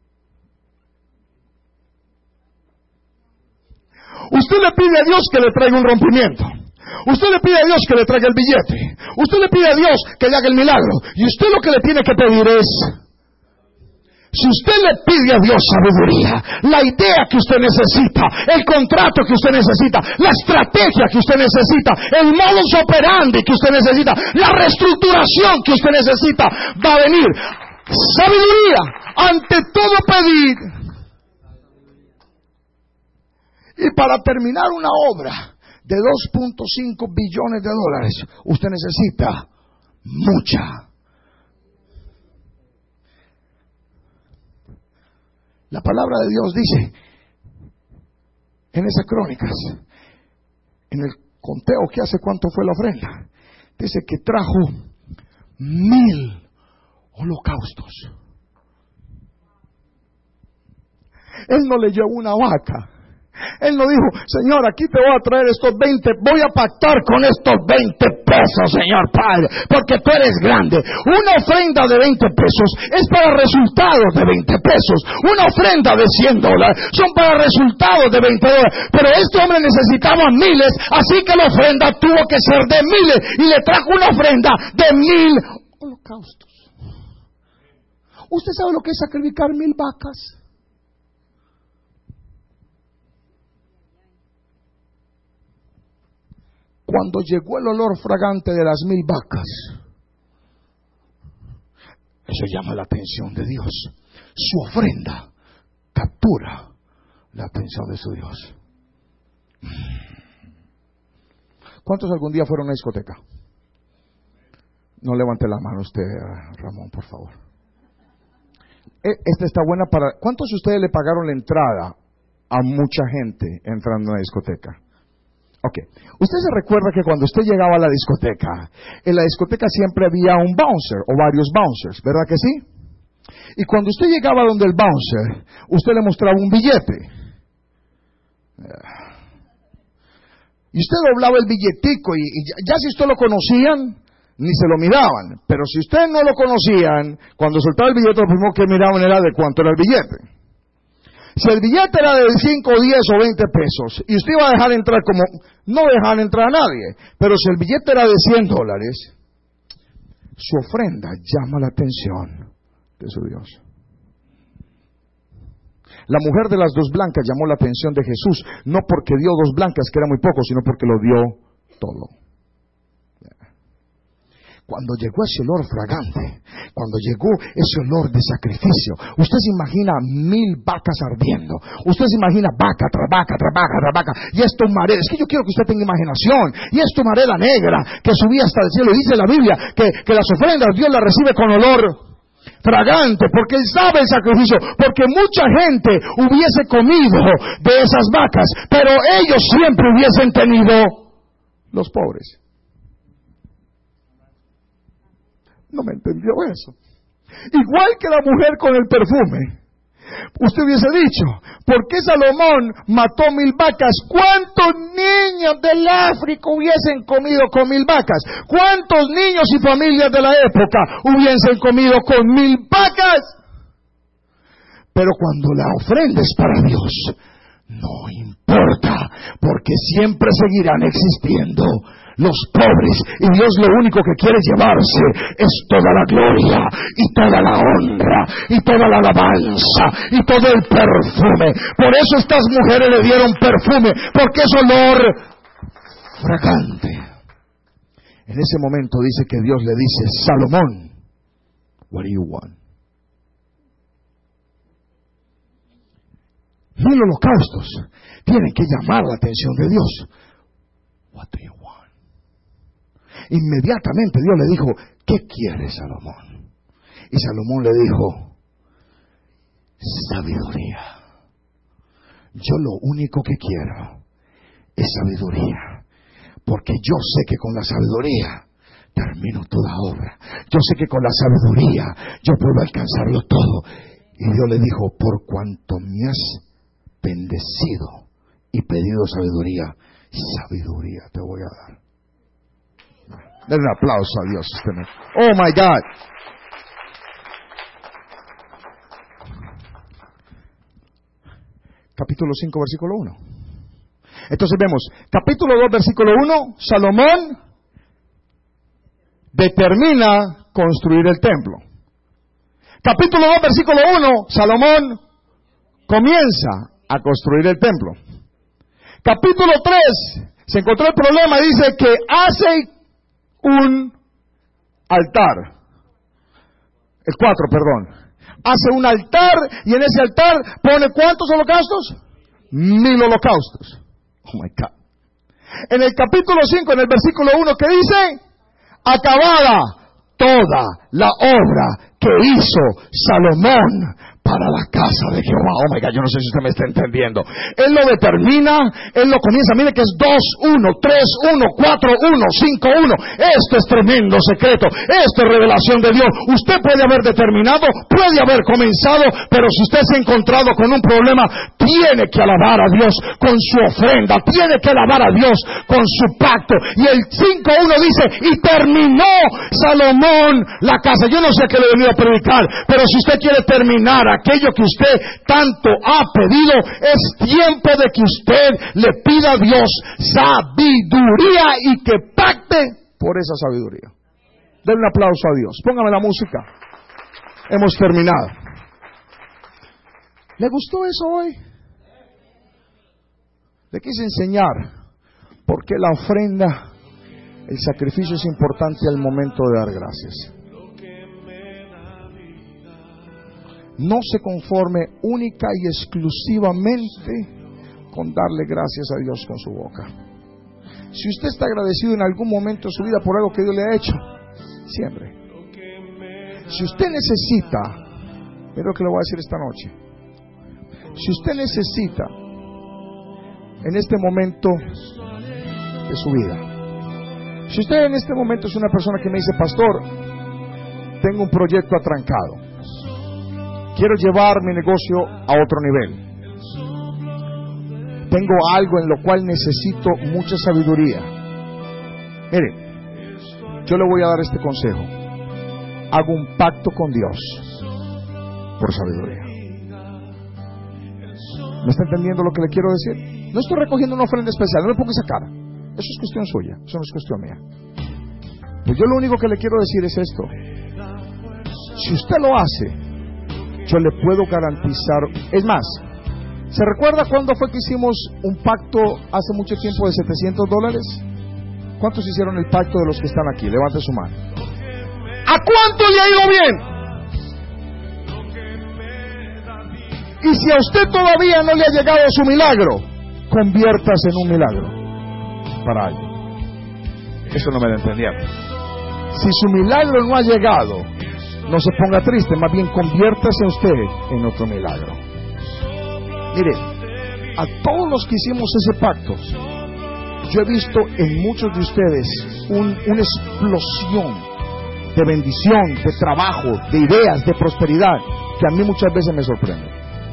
Usted le pide a Dios que le traiga un rompimiento. Usted le pide a Dios que le traiga el billete. Usted le pide a Dios que le haga el milagro. Y usted lo que le tiene que pedir es Si usted le pide a Dios sabiduría, la idea que usted necesita, el contrato que usted necesita, la estrategia que usted necesita, el modus operandi que usted necesita, la reestructuración que usted necesita, va a venir. Sabiduría, ante todo pedir. Y para terminar una obra de dos punto cinco billones de dólares, usted necesita mucha. La palabra de Dios dice en esas crónicas, en el conteo que hace cuánto fue la ofrenda, dice que trajo mil holocaustos. Él no le llevó una vaca. Él no dijo, Señor, aquí te voy a traer estos veinte, voy a pactar con estos veinte pesos, Señor Padre, porque tú eres grande. Una ofrenda de veinte pesos es para resultados de veinte pesos. Una ofrenda de cien dólares son para resultados de veinte dólares. Pero este hombre necesitaba miles, así que la ofrenda tuvo que ser de miles. Y le trajo una ofrenda de mil holocaustos. ¿Usted sabe lo que es sacrificar mil vacas? Cuando llegó el olor fragante de las mil vacas, eso llama la atención de Dios. Su ofrenda captura la atención de su Dios. ¿Cuántos algún día fueron a una discoteca? No levante la mano usted, Ramón, por favor. Esta está buena para... ¿Cuántos de ustedes le pagaron la entrada a mucha gente entrando a una discoteca? Ok, usted se recuerda que cuando usted llegaba a la discoteca, en la discoteca siempre había un bouncer o varios bouncers, ¿verdad que sí? Y cuando usted llegaba donde el bouncer, usted le mostraba un billete. Y usted doblaba el billetico y, y ya, ya si usted lo conocían, ni se lo miraban. Pero si usted no lo conocían, cuando soltaba el billete, lo primero que miraban era de cuánto era el billete. Si el billete era de cinco, diez o veinte pesos, y usted iba a dejar entrar como, no dejar entrar a nadie, pero si el billete era de cien dólares, su ofrenda llama la atención de su Dios. La mujer de las dos blancas llamó la atención de Jesús, no porque dio dos blancas, que era muy poco, sino porque lo dio todo. Cuando llegó ese olor fragante, cuando llegó ese olor de sacrificio, usted se imagina mil vacas ardiendo, usted se imagina vaca tras vaca, tras vaca, tras vaca, y esto humareda, es que yo quiero que usted tenga imaginación, y esto humareda negra que subía hasta el cielo. Dice la Biblia que, que las ofrendas Dios las recibe con olor fragante, porque Él sabe el sacrificio, porque mucha gente hubiese comido de esas vacas, pero ellos siempre hubiesen tenido los pobres. No me entendió eso. Igual que la mujer con el perfume. Usted hubiese dicho, ¿por qué Salomón mató mil vacas? ¿Cuántos niños del África hubiesen comido con mil vacas? ¿Cuántos niños y familias de la época hubiesen comido con mil vacas? Pero cuando la ofrenda es para Dios, no importa, porque siempre seguirán existiendo los pobres, y Dios lo único que quiere llevarse es toda la gloria y toda la honra y toda la alabanza y todo el perfume. Por eso estas mujeres le dieron perfume, porque es olor fragante. En ese momento dice que Dios le dice, Salomón, what do you want? Mil holocaustos tienen que llamar la atención de Dios. What do you want? Inmediatamente Dios le dijo, ¿qué quieres, Salomón? Y Salomón le dijo, sabiduría. Yo lo único que quiero es sabiduría, porque yo sé que con la sabiduría termino toda obra. Yo sé que con la sabiduría yo puedo alcanzarlo todo. Y Dios le dijo, por cuanto me has bendecido y pedido sabiduría, sabiduría te voy a dar. Den un aplauso a Dios. Oh my God. Capítulo cinco, versículo uno. Entonces vemos, capítulo dos, versículo uno, Salomón determina construir el templo. Capítulo dos, versículo uno, Salomón comienza a construir el templo. Capítulo tres, se encontró el problema, dice que hace un altar. El cuatro, perdón. Hace un altar y en ese altar pone ¿cuántos holocaustos? Mil holocaustos. Oh my God. En el capítulo cinco, en el versículo uno, ¿qué dice? Acabada toda la obra que hizo Salomón para la casa de Jehová. Oh my God, yo no sé si usted me está entendiendo. Él lo determina, Él lo comienza. Mire que es dos, uno, tres, uno, cuatro, uno, cinco, uno. Esto es tremendo secreto. Esto es revelación de Dios. Usted puede haber determinado, puede haber comenzado, pero si usted se ha encontrado con un problema, tiene que alabar a Dios con su ofrenda, tiene que alabar a Dios con su pacto. Y el cinco uno dice, y terminó Salomón la casa. Yo no sé qué le he venido a predicar, pero si usted quiere terminar aquello que usted tanto ha pedido, es tiempo de que usted le pida a Dios sabiduría y que pacte por esa sabiduría. Den un aplauso a Dios. Póngame la música. Hemos terminado. ¿Le gustó eso hoy? Le quise enseñar por qué la ofrenda, el sacrificio es importante al momento de dar gracias. No se conforme única y exclusivamente con darle gracias a Dios con su boca. Si usted está agradecido en algún momento de su vida por algo que Dios le ha hecho, siempre. Si usted necesita, mira lo que le voy a decir esta noche. Si usted necesita en este momento de su vida, si usted en este momento es una persona que me dice, pastor, tengo un proyecto atrancado, quiero llevar mi negocio a otro nivel, tengo algo en lo cual necesito mucha sabiduría. Mire, yo le voy a dar este consejo. Hago un pacto con Dios por sabiduría. ¿Me está entendiendo lo que le quiero decir? No estoy recogiendo una ofrenda especial, no le ponga esa cara. Eso es cuestión suya, eso no es cuestión mía. Pues yo lo único que le quiero decir es esto. Si usted lo hace, yo le puedo garantizar. Es más, ¿se recuerda cuándo fue que hicimos un pacto hace mucho tiempo de setecientos dólares? ¿Cuántos hicieron el pacto de los que están aquí? Levante su mano. ¿A cuánto le ha ido bien? Y si a usted todavía no le ha llegado su milagro, conviértase en un milagro para alguien. Eso no me lo entendieron. Si su milagro no ha llegado, no se ponga triste, más bien conviértase usted en otro milagro. Mire, a todos los que hicimos ese pacto, yo he visto en muchos de ustedes un, una explosión de bendición, de trabajo, de ideas, de prosperidad, que a mí muchas veces me sorprende.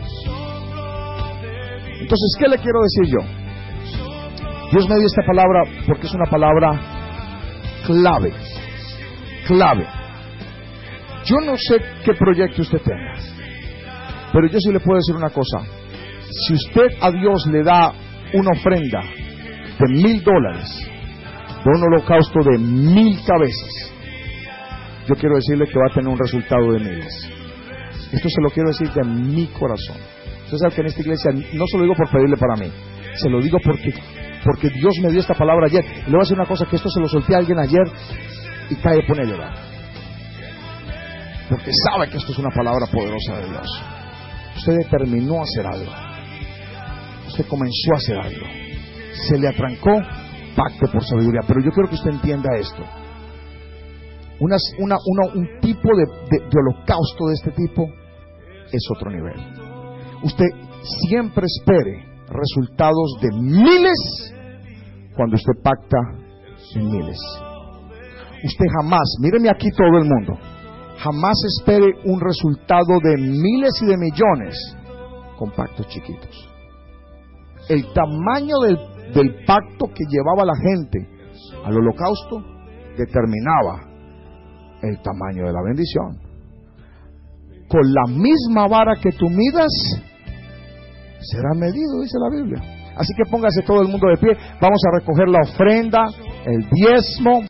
Entonces, ¿qué le quiero decir yo? Dios me dio esta palabra porque es una palabra clave, clave. Yo no sé qué proyecto usted tenga, pero yo sí le puedo decir una cosa. Si usted a Dios le da una ofrenda de mil dólares, de un holocausto de mil cabezas, yo quiero decirle que va a tener un resultado de miles. Esto se lo quiero decir de mi corazón. Usted sabe que en esta iglesia no se lo digo por pedirle para mí, se lo digo porque, porque Dios me dio esta palabra ayer. Y le voy a decir una cosa, que esto se lo solté a alguien ayer y cae y pone a llorar, porque sabe que esto es una palabra poderosa de Dios. Usted determinó hacer algo, usted comenzó a hacer algo, se le atrancó, pacte por sabiduría. Pero yo quiero que usted entienda esto. Una, una, una, un tipo de, de, de holocausto de este tipo es otro nivel. Usted siempre espere resultados de miles cuando usted pacta en miles. Usted jamás, míreme aquí todo el mundo, jamás espere un resultado de miles y de millones con pactos chiquitos. El tamaño del, del pacto que llevaba la gente al holocausto determinaba el tamaño de la bendición. Con la misma vara que tú midas, será medido, dice la Biblia. Así que póngase todo el mundo de pie. Vamos a recoger la ofrenda, el diezmo.